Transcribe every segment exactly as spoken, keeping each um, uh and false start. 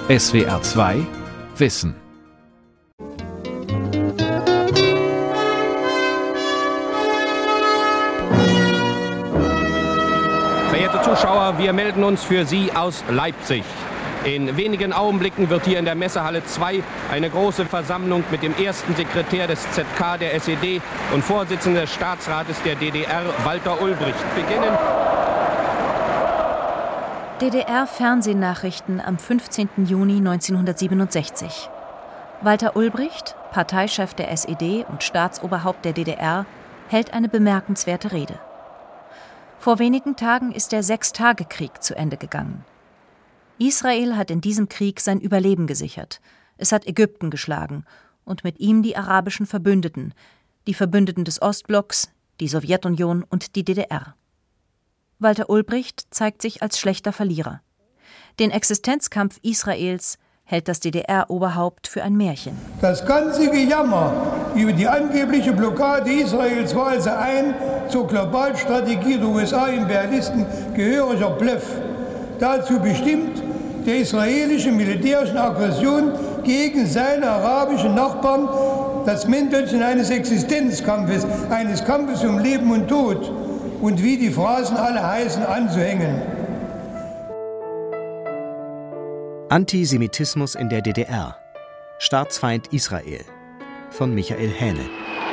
S W R zwei Wissen. Verehrte Zuschauer, wir melden uns für Sie aus Leipzig. In wenigen Augenblicken wird hier in der Messehalle zwei eine große Versammlung mit dem ersten Sekretär des Z K der S E D und Vorsitzenden des Staatsrates der D D R, Walter Ulbricht, beginnen. D D R-Fernsehnachrichten am fünfzehnten Juni neunzehnhundertsiebenundsechzig. Walter Ulbricht, Parteichef der S E D und Staatsoberhaupt der D D R, hält eine bemerkenswerte Rede. Vor wenigen Tagen ist der Sechstagekrieg zu Ende gegangen. Israel hat in diesem Krieg sein Überleben gesichert. Es hat Ägypten geschlagen und mit ihm die arabischen Verbündeten, die Verbündeten des Ostblocks, die Sowjetunion und die D D R. Walter Ulbricht zeigt sich als schlechter Verlierer. Den Existenzkampf Israels hält das D D R-Oberhaupt für ein Märchen. Das ganze Gejammer über die angebliche Blockade Israels war also ein zur Globalstrategie der U S A-Imperialisten gehöriger Bluff. Dazu bestimmt, der israelischen militärischen Aggression gegen seine arabischen Nachbarn das Mäntelchen eines Existenzkampfes, eines Kampfes um Leben und Tod und wie die Phrasen alle heißen, anzuhängen. Antisemitismus in der D D R. Staatsfeind Israel von Michael Hähne.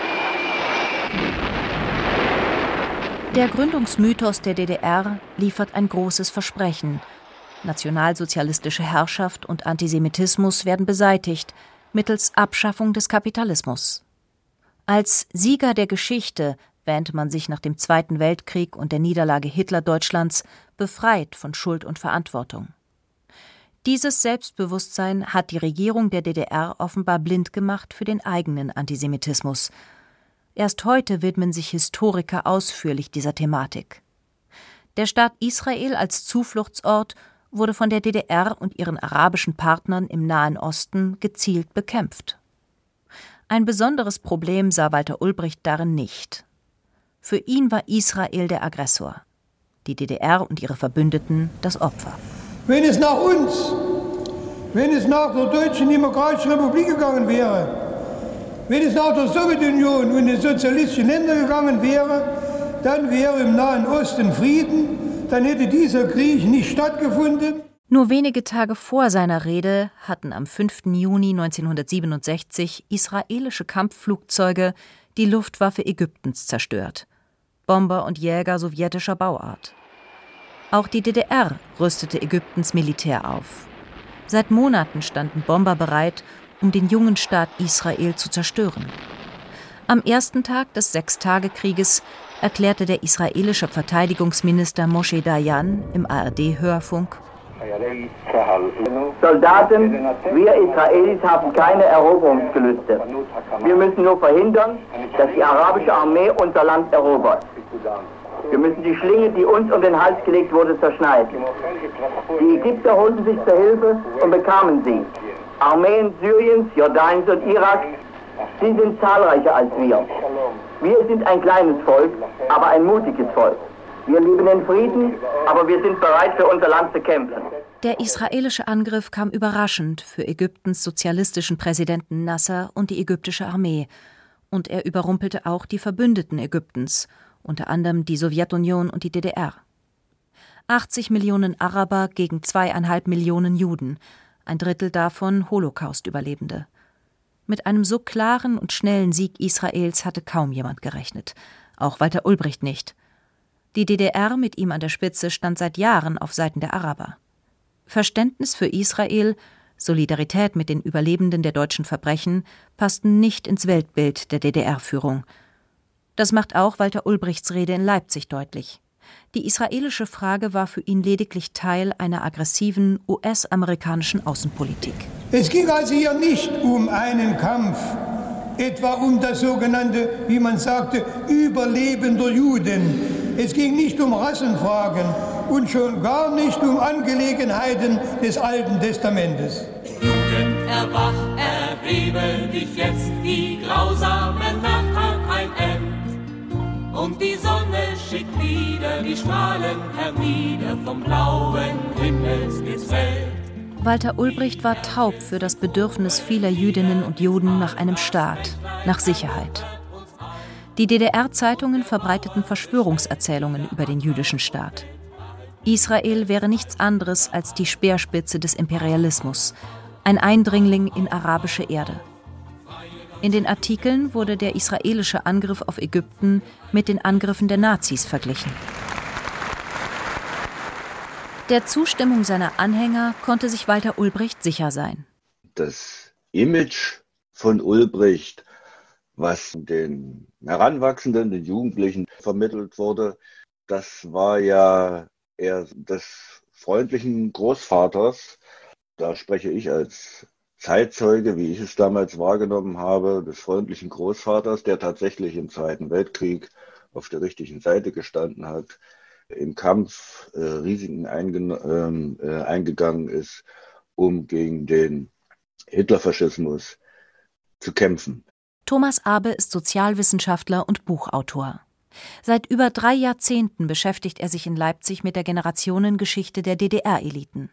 Der Gründungsmythos der D D R liefert ein großes Versprechen. Nationalsozialistische Herrschaft und Antisemitismus werden beseitigt, mittels Abschaffung des Kapitalismus. Als Sieger der Geschichte wähnt man sich nach dem Zweiten Weltkrieg und der Niederlage Hitler-Deutschlands befreit von Schuld und Verantwortung. Dieses Selbstbewusstsein hat die Regierung der D D R offenbar blind gemacht für den eigenen Antisemitismus. Erst heute widmen sich Historiker ausführlich dieser Thematik. Der Staat Israel als Zufluchtsort wurde von der D D R und ihren arabischen Partnern im Nahen Osten gezielt bekämpft. Ein besonderes Problem sah Walter Ulbricht darin nicht. Für ihn war Israel der Aggressor, die D D R und ihre Verbündeten das Opfer. Wenn es nach uns, wenn es nach der Deutschen Demokratischen Republik gegangen wäre, wenn es nach der Sowjetunion und den sozialistischen Ländern gegangen wäre, dann wäre im Nahen Osten Frieden, dann hätte dieser Krieg nicht stattgefunden. Nur wenige Tage vor seiner Rede hatten am fünften Juni neunzehnhundertsiebenundsechzig israelische Kampfflugzeuge die Luftwaffe Ägyptens zerstört. Bomber und Jäger sowjetischer Bauart. Auch die D D R rüstete Ägyptens Militär auf. Seit Monaten standen Bomber bereit, um den jungen Staat Israel zu zerstören. Am ersten Tag des Sechstagekrieges erklärte der israelische Verteidigungsminister Moshe Dayan im A R D-Hörfunk: Soldaten, wir Israelis haben keine Eroberungsgelüste. Wir müssen nur verhindern, dass die arabische Armee unser Land erobert. Wir müssen die Schlinge, die uns um den Hals gelegt wurde, zerschneiden. Die Ägypter holten sich zur Hilfe und bekamen sie. Armeen Syriens, Jordaniens und Iraks, sie sind zahlreicher als wir. Wir sind ein kleines Volk, aber ein mutiges Volk. Wir lieben den Frieden, aber wir sind bereit, für unser Land zu kämpfen. Der israelische Angriff kam überraschend für Ägyptens sozialistischen Präsidenten Nasser und die ägyptische Armee. Und er überrumpelte auch die Verbündeten Ägyptens, unter anderem die Sowjetunion und die D D R. achtzig Millionen Araber gegen zweieinhalb Millionen Juden, ein Drittel davon Holocaust-Überlebende. Mit einem so klaren und schnellen Sieg Israels hatte kaum jemand gerechnet, auch Walter Ulbricht nicht. Die D D R mit ihm an der Spitze stand seit Jahren auf Seiten der Araber. Verständnis für Israel, Solidarität mit den Überlebenden der deutschen Verbrechen passten nicht ins Weltbild der D D R-Führung. Das macht auch Walter Ulbrichts Rede in Leipzig deutlich. Die israelische Frage war für ihn lediglich Teil einer aggressiven U S-amerikanischen Außenpolitik. Es ging also hier nicht um einen Kampf, etwa um das sogenannte, wie man sagte, Überleben der Juden. Es ging nicht um Rassenfragen und schon gar nicht um Angelegenheiten des Alten Testamentes. Jugend, erwach, erhebe dich jetzt, die grausame Nacht hat ein Ende. Und die Sonne schickt wieder die Strahlen hernieder vom blauen Himmelsgezelt. Walter Ulbricht war taub für das Bedürfnis vieler Jüdinnen und Juden nach einem Staat, nach Sicherheit. Die D D R-Zeitungen verbreiteten Verschwörungserzählungen über den jüdischen Staat. Israel wäre nichts anderes als die Speerspitze des Imperialismus, ein Eindringling in arabische Erde. In den Artikeln wurde der israelische Angriff auf Ägypten mit den Angriffen der Nazis verglichen. Der Zustimmung seiner Anhänger konnte sich Walter Ulbricht sicher sein. Das Image von Ulbricht, was den Heranwachsenden, den Jugendlichen vermittelt wurde, das war ja eher des freundlichen Großvaters. Da spreche ich als Zeitzeuge, wie ich es damals wahrgenommen habe, des freundlichen Großvaters, der tatsächlich im Zweiten Weltkrieg auf der richtigen Seite gestanden hat, im Kampf äh, Risiken einge- äh, eingegangen ist, um gegen den Hitlerfaschismus zu kämpfen. Thomas Abe ist Sozialwissenschaftler und Buchautor. Seit über drei Jahrzehnten beschäftigt er sich in Leipzig mit der Generationengeschichte der D D R-Eliten.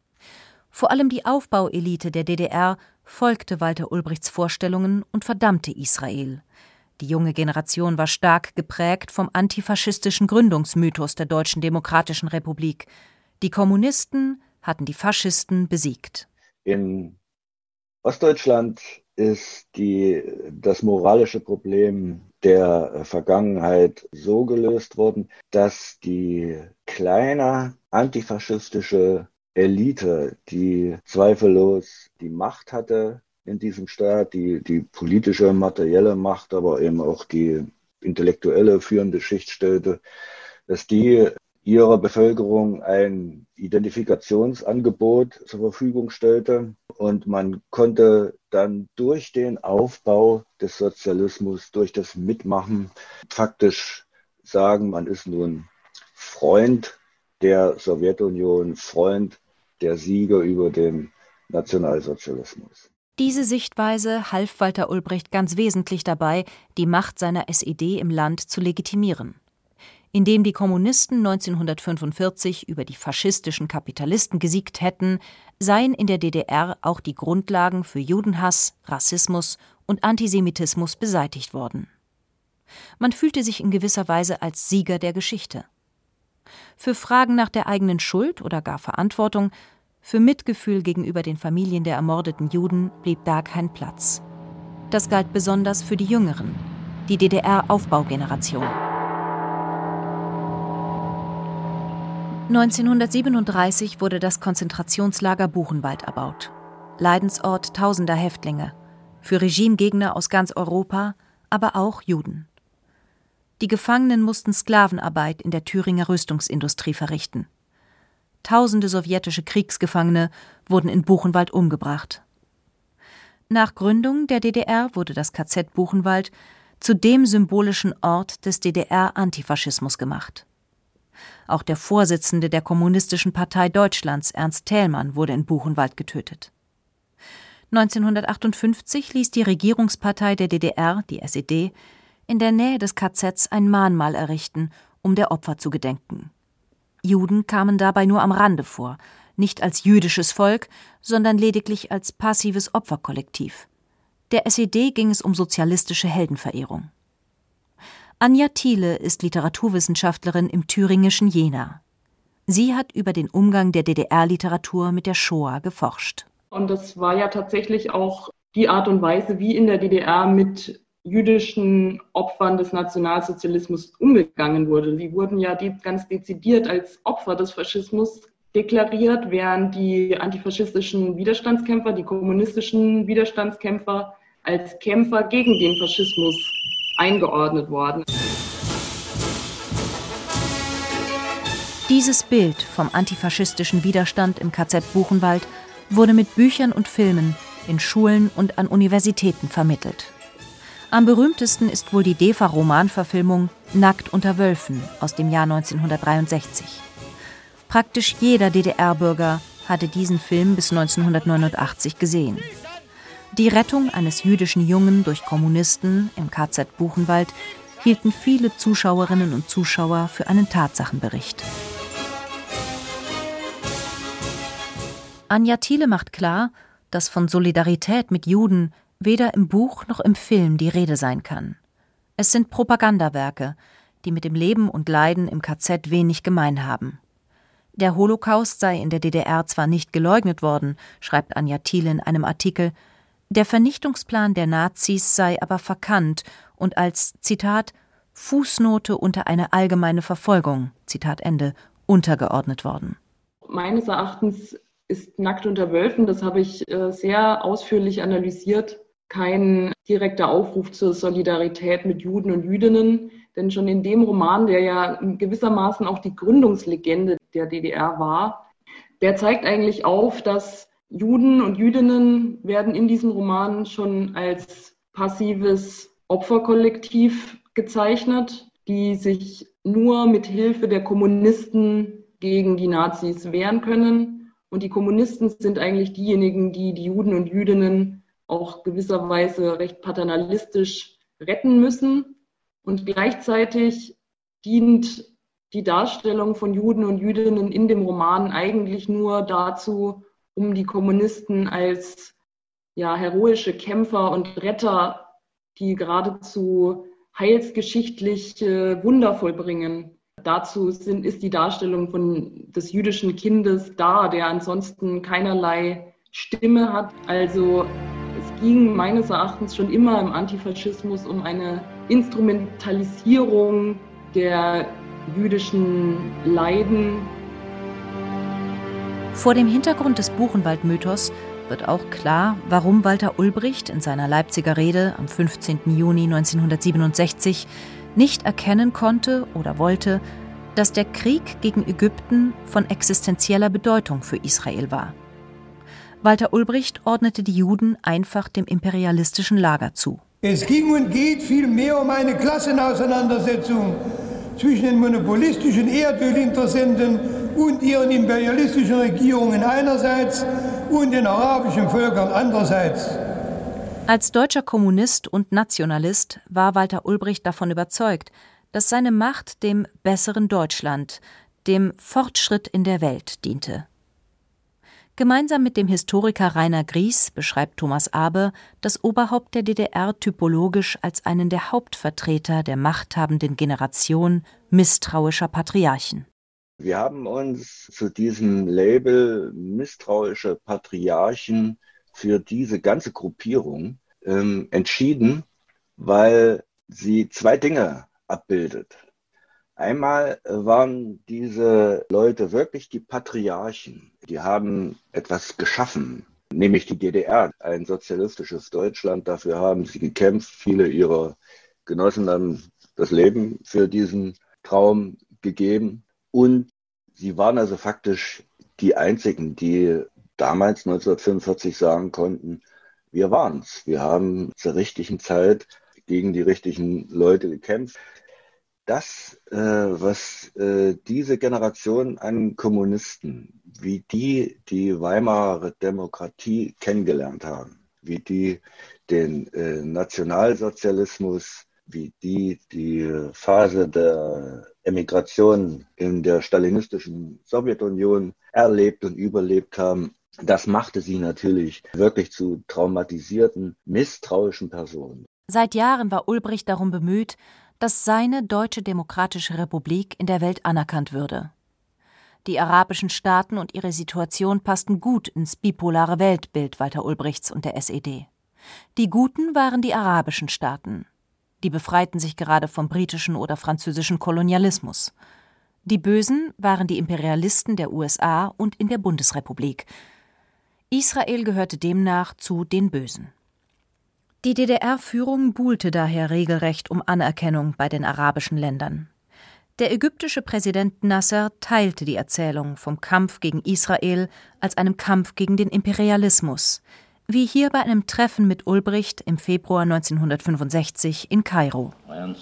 Vor allem die Aufbauelite der D D R folgte Walter Ulbrichts Vorstellungen und verdammte Israel. Die junge Generation war stark geprägt vom antifaschistischen Gründungsmythos der Deutschen Demokratischen Republik. Die Kommunisten hatten die Faschisten besiegt. In Ostdeutschland ist die, das moralische Problem der Vergangenheit so gelöst worden, dass die kleine antifaschistische Elite, die zweifellos die Macht hatte in diesem Staat, die, die politische, materielle Macht, aber eben auch die intellektuelle führende Schicht stellte, dass die ihrer Bevölkerung ein Identifikationsangebot zur Verfügung stellte und man konnte dann durch den Aufbau des Sozialismus, durch das Mitmachen faktisch sagen, man ist nun Freund der Sowjetunion, Freund der Sieger über den Nationalsozialismus. Diese Sichtweise half Walter Ulbricht ganz wesentlich dabei, die Macht seiner S E D im Land zu legitimieren. Indem die Kommunisten neunzehnhundertfünfundvierzig über die faschistischen Kapitalisten gesiegt hätten, seien in der D D R auch die Grundlagen für Judenhass, Rassismus und Antisemitismus beseitigt worden. Man fühlte sich in gewisser Weise als Sieger der Geschichte. Für Fragen nach der eigenen Schuld oder gar Verantwortung, für Mitgefühl gegenüber den Familien der ermordeten Juden blieb da kein Platz. Das galt besonders für die Jüngeren, die D D R-Aufbaugeneration. neunzehnhundertsiebenunddreißig wurde das Konzentrationslager Buchenwald erbaut. Leidensort tausender Häftlinge, für Regimegegner aus ganz Europa, aber auch Juden. Die Gefangenen mussten Sklavenarbeit in der Thüringer Rüstungsindustrie verrichten. Tausende sowjetische Kriegsgefangene wurden in Buchenwald umgebracht. Nach Gründung der D D R wurde das K Z Buchenwald zu dem symbolischen Ort des D D R-Antifaschismus gemacht. Auch der Vorsitzende der Kommunistischen Partei Deutschlands, Ernst Thälmann, wurde in Buchenwald getötet. neunzehnhundertachtundfünfzig ließ die Regierungspartei der D D R, die S E D, in der Nähe des K Zs ein Mahnmal errichten, um der Opfer zu gedenken. Juden kamen dabei nur am Rande vor, nicht als jüdisches Volk, sondern lediglich als passives Opferkollektiv. Der S E D ging es um sozialistische Heldenverehrung. Anja Thiele ist Literaturwissenschaftlerin im thüringischen Jena. Sie hat über den Umgang der D D R-Literatur mit der Shoah geforscht. Und das war ja tatsächlich auch die Art und Weise, wie in der D D R mit jüdischen Opfern des Nationalsozialismus umgegangen wurde. Sie wurden ja ganz dezidiert als Opfer des Faschismus deklariert, während die antifaschistischen Widerstandskämpfer, die kommunistischen Widerstandskämpfer als Kämpfer gegen den Faschismus eingeordnet worden. Dieses Bild vom antifaschistischen Widerstand im K Z Buchenwald wurde mit Büchern und Filmen in Schulen und an Universitäten vermittelt. Am berühmtesten ist wohl die D E F A-Romanverfilmung Nackt unter Wölfen aus dem Jahr neunzehnhundertdreiundsechzig. Praktisch jeder D D R-Bürger hatte diesen Film bis neunzehnhundertneunundachtzig gesehen. Die Rettung eines jüdischen Jungen durch Kommunisten im K Z Buchenwald hielten viele Zuschauerinnen und Zuschauer für einen Tatsachenbericht. Anja Thiele macht klar, dass von Solidarität mit Juden weder im Buch noch im Film die Rede sein kann. Es sind Propagandawerke, die mit dem Leben und Leiden im K Z wenig gemein haben. Der Holocaust sei in der D D R zwar nicht geleugnet worden, schreibt Anja Thiele in einem Artikel, der Vernichtungsplan der Nazis sei aber verkannt und als, Zitat, Fußnote unter eine allgemeine Verfolgung, Zitat Ende, untergeordnet worden. Meines Erachtens ist Nackt unter Wölfen, das habe ich äh, sehr ausführlich analysiert, kein direkter Aufruf zur Solidarität mit Juden und Jüdinnen, denn schon in dem Roman, der ja gewissermaßen auch die Gründungslegende der D D R war, der zeigt eigentlich auf, dass Juden und Jüdinnen werden in diesem Roman schon als passives Opferkollektiv gezeichnet, die sich nur mit Hilfe der Kommunisten gegen die Nazis wehren können. Und die Kommunisten sind eigentlich diejenigen, die die Juden und Jüdinnen auch gewisserweise recht paternalistisch retten müssen. Und gleichzeitig dient die Darstellung von Juden und Jüdinnen in dem Roman eigentlich nur dazu, um die Kommunisten als ja, heroische Kämpfer und Retter, die geradezu heilsgeschichtlich äh, Wunder vollbringen. Dazu sind, ist die Darstellung von des jüdischen Kindes da, der ansonsten keinerlei Stimme hat. Also es ging meines Erachtens schon immer im Antifaschismus um eine Instrumentalisierung der jüdischen Leiden. Vor dem Hintergrund des Buchenwald-Mythos wird auch klar, warum Walter Ulbricht in seiner Leipziger Rede am fünfzehnten Juni neunzehnhundertsiebenundsechzig nicht erkennen konnte oder wollte, dass der Krieg gegen Ägypten von existenzieller Bedeutung für Israel war. Walter Ulbricht ordnete die Juden einfach dem imperialistischen Lager zu. Es ging und geht vielmehr um eine Klassenauseinandersetzung zwischen den monopolistischen Erdölinteressenten und ihren imperialistischen Regierungen einerseits und den arabischen Völkern andererseits. Als deutscher Kommunist und Nationalist war Walter Ulbricht davon überzeugt, dass seine Macht dem besseren Deutschland, dem Fortschritt in der Welt diente. Gemeinsam mit dem Historiker Rainer Gries beschreibt Thomas Aber das Oberhaupt der D D R typologisch als einen der Hauptvertreter der machthabenden Generation misstrauischer Patriarchen. Wir haben uns zu diesem Label misstrauische Patriarchen für diese ganze Gruppierung ähm, entschieden, weil sie zwei Dinge abbildet. Einmal waren diese Leute wirklich die Patriarchen. Die haben etwas geschaffen, nämlich die D D R, ein sozialistisches Deutschland. Dafür haben sie gekämpft. Viele ihrer Genossen haben das Leben für diesen Traum gegeben. Und sie waren also faktisch die Einzigen, die damals neunzehnhundertfünfundvierzig sagen konnten, wir waren's. Wir haben zur richtigen Zeit gegen die richtigen Leute gekämpft. Das, äh, was äh, diese Generation an Kommunisten, wie die die Weimarer Demokratie kennengelernt haben, wie die den äh, Nationalsozialismus, wie die die Phase der Emigration in der stalinistischen Sowjetunion erlebt und überlebt haben, das machte sie natürlich wirklich zu traumatisierten, misstrauischen Personen. Seit Jahren war Ulbricht darum bemüht, dass seine Deutsche Demokratische Republik in der Welt anerkannt würde. Die arabischen Staaten und ihre Situation passten gut ins bipolare Weltbild Walter Ulbrichts und der S E D. Die Guten waren die arabischen Staaten. Die befreiten sich gerade vom britischen oder französischen Kolonialismus. Die Bösen waren die Imperialisten der U S A und in der Bundesrepublik. Israel gehörte demnach zu den Bösen. Die D D R-Führung buhlte daher regelrecht um Anerkennung bei den arabischen Ländern. Der ägyptische Präsident Nasser teilte die Erzählung vom Kampf gegen Israel als einem Kampf gegen den Imperialismus, wie hier bei einem Treffen mit Ulbricht im Februar neunzehnhundertfünfundsechzig in Kairo.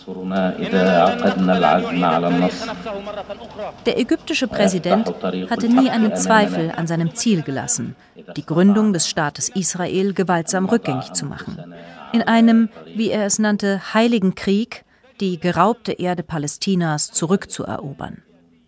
Der ägyptische Präsident hatte nie einen Zweifel an seinem Ziel gelassen, die Gründung des Staates Israel gewaltsam rückgängig zu machen. In einem, wie er es nannte, heiligen Krieg, die geraubte Erde Palästinas zurückzuerobern.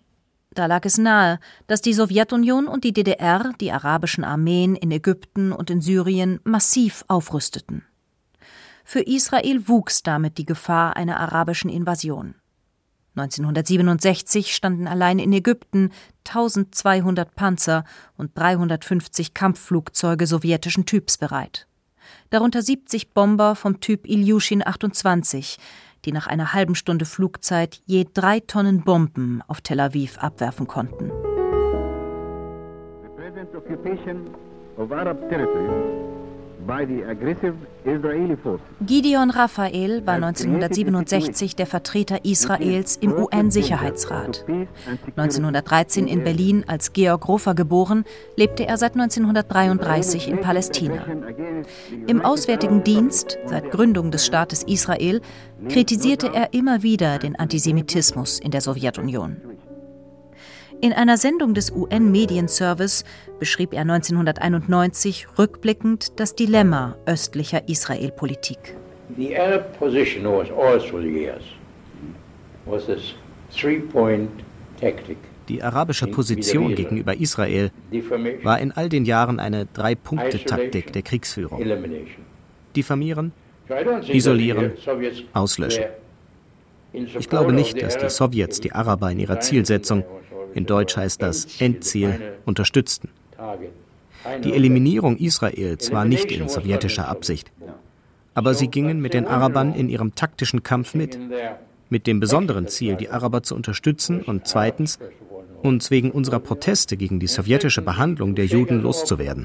Da lag es nahe, dass die Sowjetunion und die D D R die arabischen Armeen in Ägypten und in Syrien massiv aufrüsteten. Für Israel wuchs damit die Gefahr einer arabischen Invasion. neunzehnhundertsiebenundsechzig standen allein in Ägypten eintausendzweihundert Panzer und dreihundertfünfzig Kampfflugzeuge sowjetischen Typs bereit. Darunter siebzig Bomber vom Typ Ilyushin achtundzwanzig, die nach einer halben Stunde Flugzeit je drei Tonnen Bomben auf Tel Aviv abwerfen konnten. The present occupation of Arab territories by the aggressive Israeli forces. Gideon Raphael war neunzehnhundertsiebenundsechzig der Vertreter Israels im U N-Sicherheitsrat. neunzehnhundertdreizehn in Berlin als Georg Ruffer geboren, lebte er seit neunzehnhundertdreiunddreißig in Palästina. Im Auswärtigen Dienst, seit Gründung des Staates Israel, kritisierte er immer wieder den Antisemitismus in der Sowjetunion. In einer Sendung des U N-Medienservice beschrieb er neunzehnhunderteinundneunzig rückblickend das Dilemma östlicher Israel-Politik. The Arab position was all through the years was this three-point tactic. Die arabische Position gegenüber Israel war in all den Jahren eine Drei-Punkte-Taktik der Kriegsführung. Diffamieren, isolieren, auslöschen. Ich glaube nicht, dass die Sowjets die Araber in ihrer Zielsetzung, in Deutsch heißt das Endziel, unterstützten. Die Eliminierung Israels war nicht in sowjetischer Absicht. Aber sie gingen mit den Arabern in ihrem taktischen Kampf mit, mit dem besonderen Ziel, die Araber zu unterstützen und zweitens, uns wegen unserer Proteste gegen die sowjetische Behandlung der Juden loszuwerden.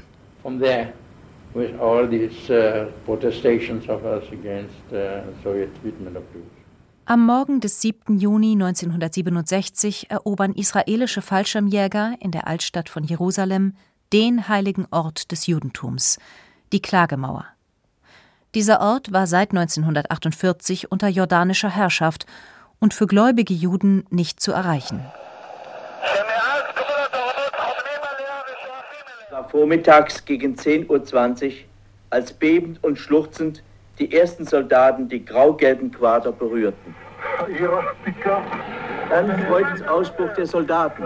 Am Morgen des siebten Juni neunzehnhundertsiebenundsechzig erobern israelische Fallschirmjäger in der Altstadt von Jerusalem den heiligen Ort des Judentums, die Klagemauer. Dieser Ort war seit neunzehnhundertachtundvierzig unter jordanischer Herrschaft und für gläubige Juden nicht zu erreichen. Es war vormittags gegen zehn Uhr zwanzig, als bebend und schluchzend die ersten Soldaten die grau-gelben Quader berührten. Dann Freudensausbruch der Soldaten.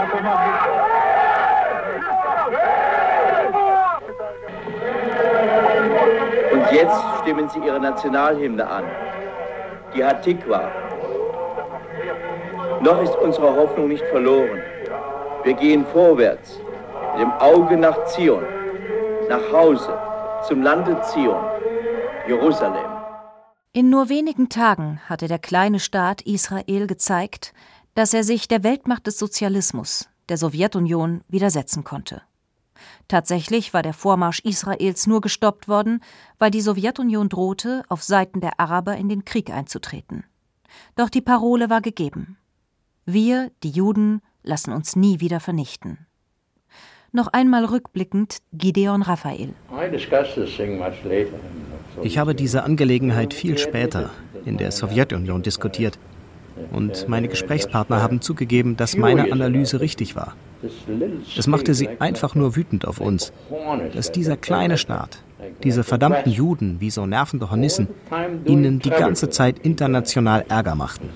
Und jetzt stimmen sie ihre Nationalhymne an, die Hatikwa. Noch ist unsere Hoffnung nicht verloren. Wir gehen vorwärts, mit dem Auge nach Zion, nach Hause, zum Lande Zion, Jerusalem. In nur wenigen Tagen hatte der kleine Staat Israel gezeigt, dass er sich der Weltmacht des Sozialismus, der Sowjetunion, widersetzen konnte. Tatsächlich war der Vormarsch Israels nur gestoppt worden, weil die Sowjetunion drohte, auf Seiten der Araber in den Krieg einzutreten. Doch die Parole war gegeben. Wir, die Juden, lassen uns nie wieder vernichten. Noch einmal rückblickend Gideon Raphael. Ich habe diese Angelegenheit viel später in der Sowjetunion diskutiert. Und meine Gesprächspartner haben zugegeben, dass meine Analyse richtig war. Es machte sie einfach nur wütend auf uns, dass dieser kleine Staat, diese verdammten Juden wie so nervende Hornissen, ihnen die ganze Zeit international Ärger machten.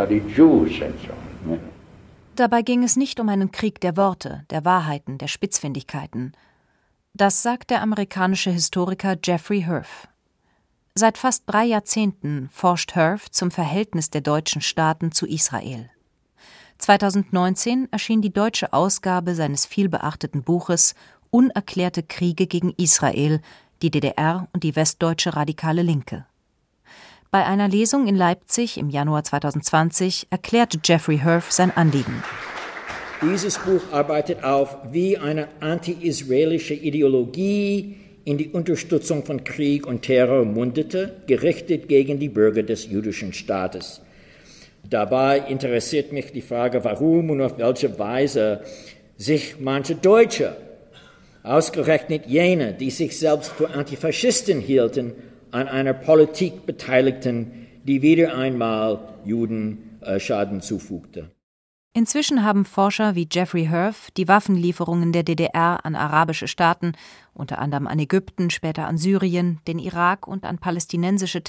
Dabei ging es nicht um einen Krieg der Worte, der Wahrheiten, der Spitzfindigkeiten. Das sagt der amerikanische Historiker Jeffrey Herf. Seit fast drei Jahrzehnten forscht Herf zum Verhältnis der deutschen Staaten zu Israel. zweitausendneunzehn erschien die deutsche Ausgabe seines vielbeachteten Buches »Unerklärte Kriege gegen Israel, die D D R und die westdeutsche radikale Linke«. Bei einer Lesung in Leipzig im Januar zweitausendzwanzig erklärte Jeffrey Herf sein Anliegen. Dieses Buch arbeitet auf, wie eine anti-israelische Ideologie in die Unterstützung von Krieg und Terror mündete, gerichtet gegen die Bürger des jüdischen Staates. Dabei interessiert mich die Frage, warum und auf welche Weise sich manche Deutsche, ausgerechnet jene, die sich selbst für Antifaschisten hielten, an einer Politik beteiligten, die wieder einmal Juden äh, Schaden zufügte. Inzwischen haben Forscher wie Jeffrey Herf die Waffenlieferungen der D D R an arabische Staaten, unter anderem an Ägypten, später an Syrien, den Irak und an palästinensische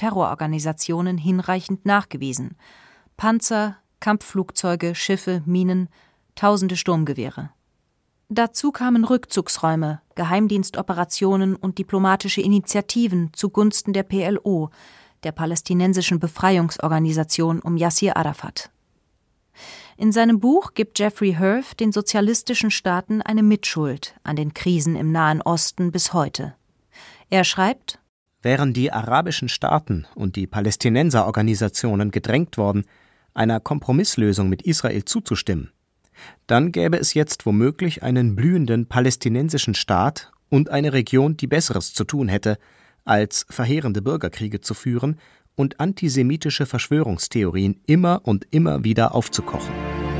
Terrororganisationen hinreichend nachgewiesen. Panzer, Kampfflugzeuge, Schiffe, Minen, tausende Sturmgewehre. Dazu kamen Rückzugsräume, Geheimdienstoperationen und diplomatische Initiativen zugunsten der P L O, der palästinensischen Befreiungsorganisation um Yassir Arafat. In seinem Buch gibt Jeffrey Herf den sozialistischen Staaten eine Mitschuld an den Krisen im Nahen Osten bis heute. Er schreibt: Wären die arabischen Staaten und die Palästinenserorganisationen gedrängt worden, einer Kompromisslösung mit Israel zuzustimmen, dann gäbe es jetzt womöglich einen blühenden palästinensischen Staat und eine Region, die Besseres zu tun hätte, als verheerende Bürgerkriege zu führen und antisemitische Verschwörungstheorien immer und immer wieder aufzukochen.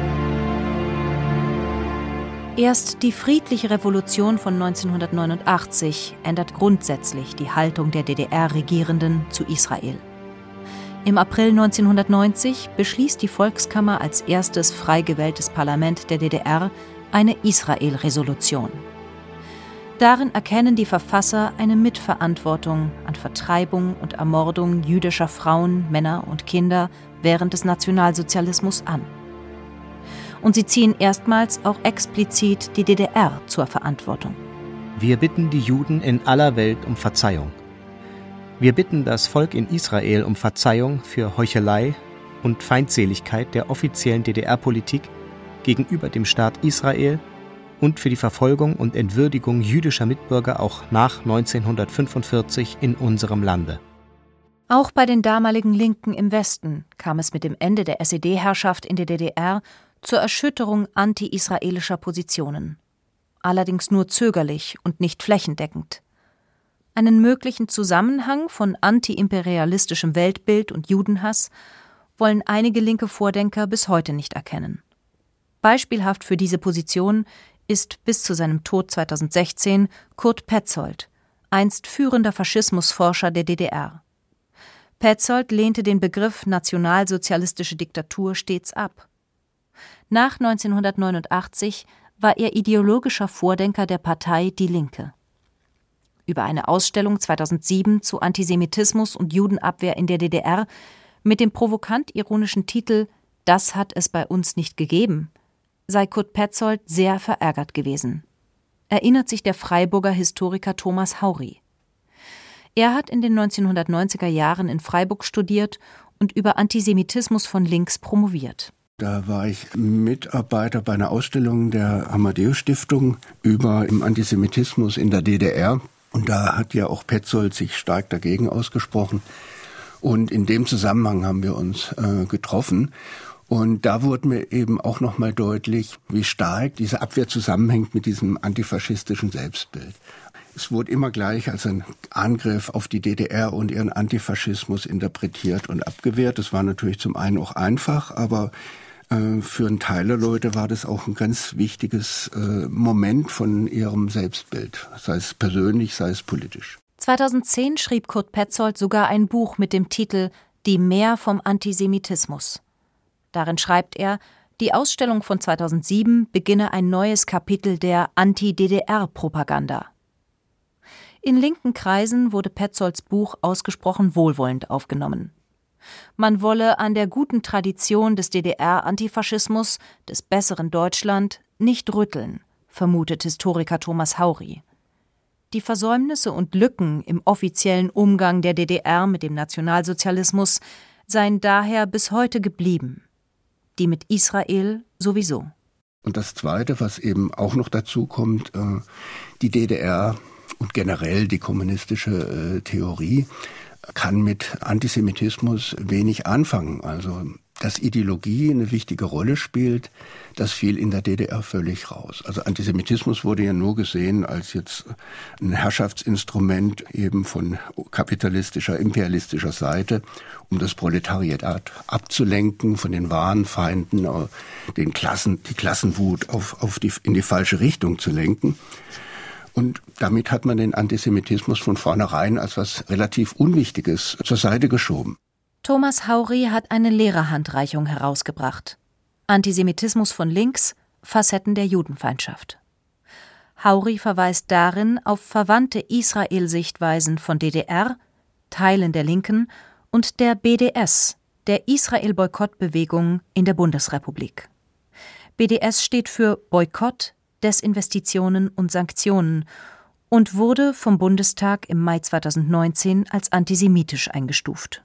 Erst die friedliche Revolution von neunzehnhundertneunundachtzig ändert grundsätzlich die Haltung der D D R-Regierenden zu Israel. Im April neunzehnhundertneunzig beschließt die Volkskammer als erstes frei gewähltes Parlament der D D R eine Israel-Resolution. Darin erkennen die Verfasser eine Mitverantwortung an Vertreibung und Ermordung jüdischer Frauen, Männer und Kinder während des Nationalsozialismus an. Und sie ziehen erstmals auch explizit die D D R zur Verantwortung. Wir bitten die Juden in aller Welt um Verzeihung. Wir bitten das Volk in Israel um Verzeihung für Heuchelei und Feindseligkeit der offiziellen D D R-Politik gegenüber dem Staat Israel und für die Verfolgung und Entwürdigung jüdischer Mitbürger auch nach neunzehnhundertfünfundvierzig in unserem Lande. Auch bei den damaligen Linken im Westen kam es mit dem Ende der S E D-Herrschaft in der D D R zur Erschütterung anti-israelischer Positionen. Allerdings nur zögerlich und nicht flächendeckend. Einen möglichen Zusammenhang von antiimperialistischem Weltbild und Judenhass wollen einige linke Vordenker bis heute nicht erkennen. Beispielhaft für diese Position ist bis zu seinem Tod zweitausendsechzehn Kurt Petzold, einst führender Faschismusforscher der D D R. Petzold lehnte den Begriff nationalsozialistische Diktatur stets ab. Nach neunzehnhundertneunundachtzig war er ideologischer Vordenker der Partei Die Linke. Über eine Ausstellung zweitausendsieben zu Antisemitismus und Judenabwehr in der D D R mit dem provokant ironischen Titel »Das hat es bei uns nicht gegeben« sei Kurt Petzold sehr verärgert gewesen. Erinnert sich der Freiburger Historiker Thomas Haury. Er hat in den neunzehnhundertneunziger Jahren in Freiburg studiert und über Antisemitismus von links promoviert. Da war ich Mitarbeiter bei einer Ausstellung der Amadeus-Stiftung über den Antisemitismus in der D D R. Und da hat ja auch Petzold sich stark dagegen ausgesprochen. Und in dem Zusammenhang haben wir uns äh, getroffen. Und da wurde mir eben auch nochmal deutlich, wie stark diese Abwehr zusammenhängt mit diesem antifaschistischen Selbstbild. Es wurde immer gleich als ein Angriff auf die D D R und ihren Antifaschismus interpretiert und abgewehrt. Das war natürlich zum einen auch einfach, aber äh, für einen Teil der Leute war das auch ein ganz wichtiges äh, Moment von ihrem Selbstbild, sei es persönlich, sei es politisch. zweitausendzehn schrieb Kurt Petzold sogar ein Buch mit dem Titel »Die Mär vom Antisemitismus«. Darin schreibt er, die Ausstellung von zweitausendsieben beginne ein neues Kapitel der Anti-D D R-Propaganda. In linken Kreisen wurde Petzolds Buch ausgesprochen wohlwollend aufgenommen. Man wolle an der guten Tradition des D D R-Antifaschismus, des besseren Deutschland, nicht rütteln, vermutet Historiker Thomas Haury. Die Versäumnisse und Lücken im offiziellen Umgang der D D R mit dem Nationalsozialismus seien daher bis heute geblieben. Die mit Israel sowieso. Und das Zweite, was eben auch noch dazu kommt, die D D R und generell die kommunistische Theorie kann mit Antisemitismus wenig anfangen. Also dass Ideologie eine wichtige Rolle spielt, das fiel in der D D R völlig raus. Also Antisemitismus wurde ja nur gesehen als jetzt ein Herrschaftsinstrument eben von kapitalistischer, imperialistischer Seite, um das Proletariat abzulenken von den wahren Feinden, den Klassen, die Klassenwut auf, auf die, in die falsche Richtung zu lenken. Und damit hat man den Antisemitismus von vornherein als was relativ Unwichtiges zur Seite geschoben. Thomas Haury hat eine Lehrerhandreichung herausgebracht. Antisemitismus von links, Facetten der Judenfeindschaft. Haury verweist darin auf verwandte Israel-Sichtweisen von D D R, Teilen der Linken und der B D S, der Israel-Boykott-Bewegung in der Bundesrepublik. B D S steht für Boykott, Desinvestitionen und Sanktionen und wurde vom Bundestag im Mai zweitausendneunzehn als antisemitisch eingestuft.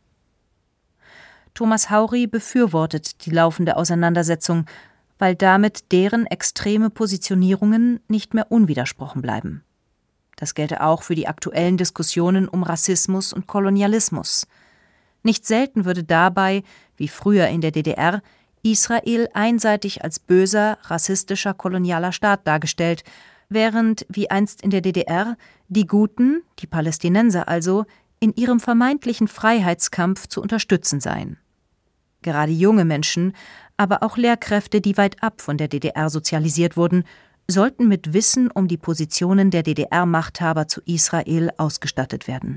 Thomas Haury befürwortet die laufende Auseinandersetzung, weil damit deren extreme Positionierungen nicht mehr unwidersprochen bleiben. Das gelte auch für die aktuellen Diskussionen um Rassismus und Kolonialismus. Nicht selten würde dabei, wie früher in der D D R, Israel einseitig als böser, rassistischer kolonialer Staat dargestellt, während, wie einst in der D D R, die Guten, die Palästinenser also, in ihrem vermeintlichen Freiheitskampf zu unterstützen seien. Gerade junge Menschen, aber auch Lehrkräfte, die weit ab von der D D R sozialisiert wurden, sollten mit Wissen um die Positionen der D D R-Machthaber zu Israel ausgestattet werden.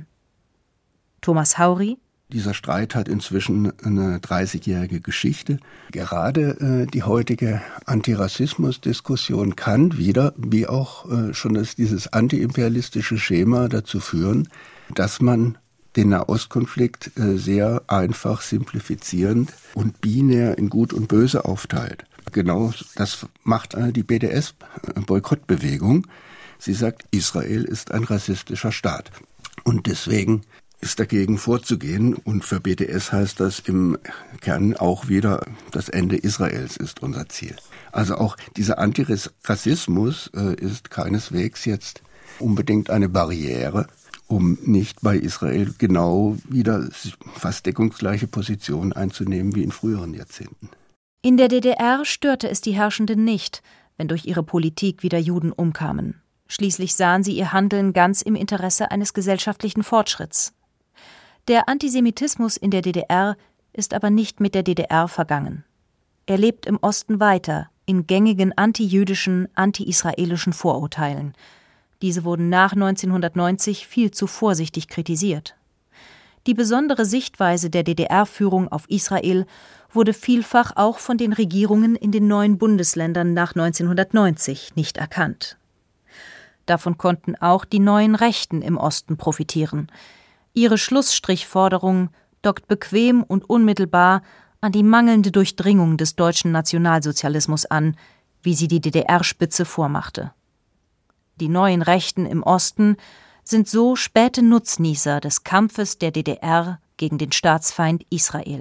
Thomas Haury: Dieser Streit hat inzwischen eine dreißigjährige Geschichte. Gerade äh, die heutige Antirassismus-Diskussion kann wieder, wie auch äh, schon das, dieses antiimperialistische Schema dazu führen, dass man den Nahostkonflikt äh, sehr einfach simplifizierend und binär in Gut und Böse aufteilt. Genau das macht äh, die B D S-Boykottbewegung. Sie sagt, Israel ist ein rassistischer Staat. Und deswegen ist dagegen vorzugehen. Und für B D S heißt das im Kern auch wieder, das Ende Israels ist unser Ziel. Also auch dieser Antirassismus äh, ist keineswegs jetzt unbedingt eine Barriere, um nicht bei Israel genau wieder fast deckungsgleiche Positionen einzunehmen wie in früheren Jahrzehnten. In der D D R störte es die Herrschenden nicht, wenn durch ihre Politik wieder Juden umkamen. Schließlich sahen sie ihr Handeln ganz im Interesse eines gesellschaftlichen Fortschritts. Der Antisemitismus in der D D R ist aber nicht mit der D D R vergangen. Er lebt im Osten weiter, in gängigen antijüdischen, anti-israelischen Vorurteilen. Diese wurden nach neunzehnhundertneunzig viel zu vorsichtig kritisiert. Die besondere Sichtweise der D D R-Führung auf Israel wurde vielfach auch von den Regierungen in den neuen Bundesländern nach neunzehnhundertneunzig nicht erkannt. Davon konnten auch die neuen Rechten im Osten profitieren. Ihre Schlussstrichforderung dockt bequem und unmittelbar an die mangelnde Durchdringung des deutschen Nationalsozialismus an, wie sie die D D R-Spitze vormachte. Die neuen Rechten im Osten sind so späte Nutznießer des Kampfes der D D R gegen den Staatsfeind Israel.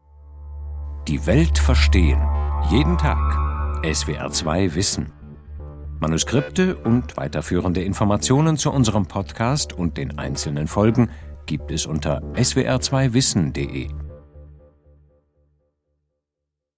Die Welt verstehen. Jeden Tag. S W R zwei Wissen. Manuskripte und weiterführende Informationen zu unserem Podcast und den einzelnen Folgen gibt es unter s w r zwei wissen punkt de.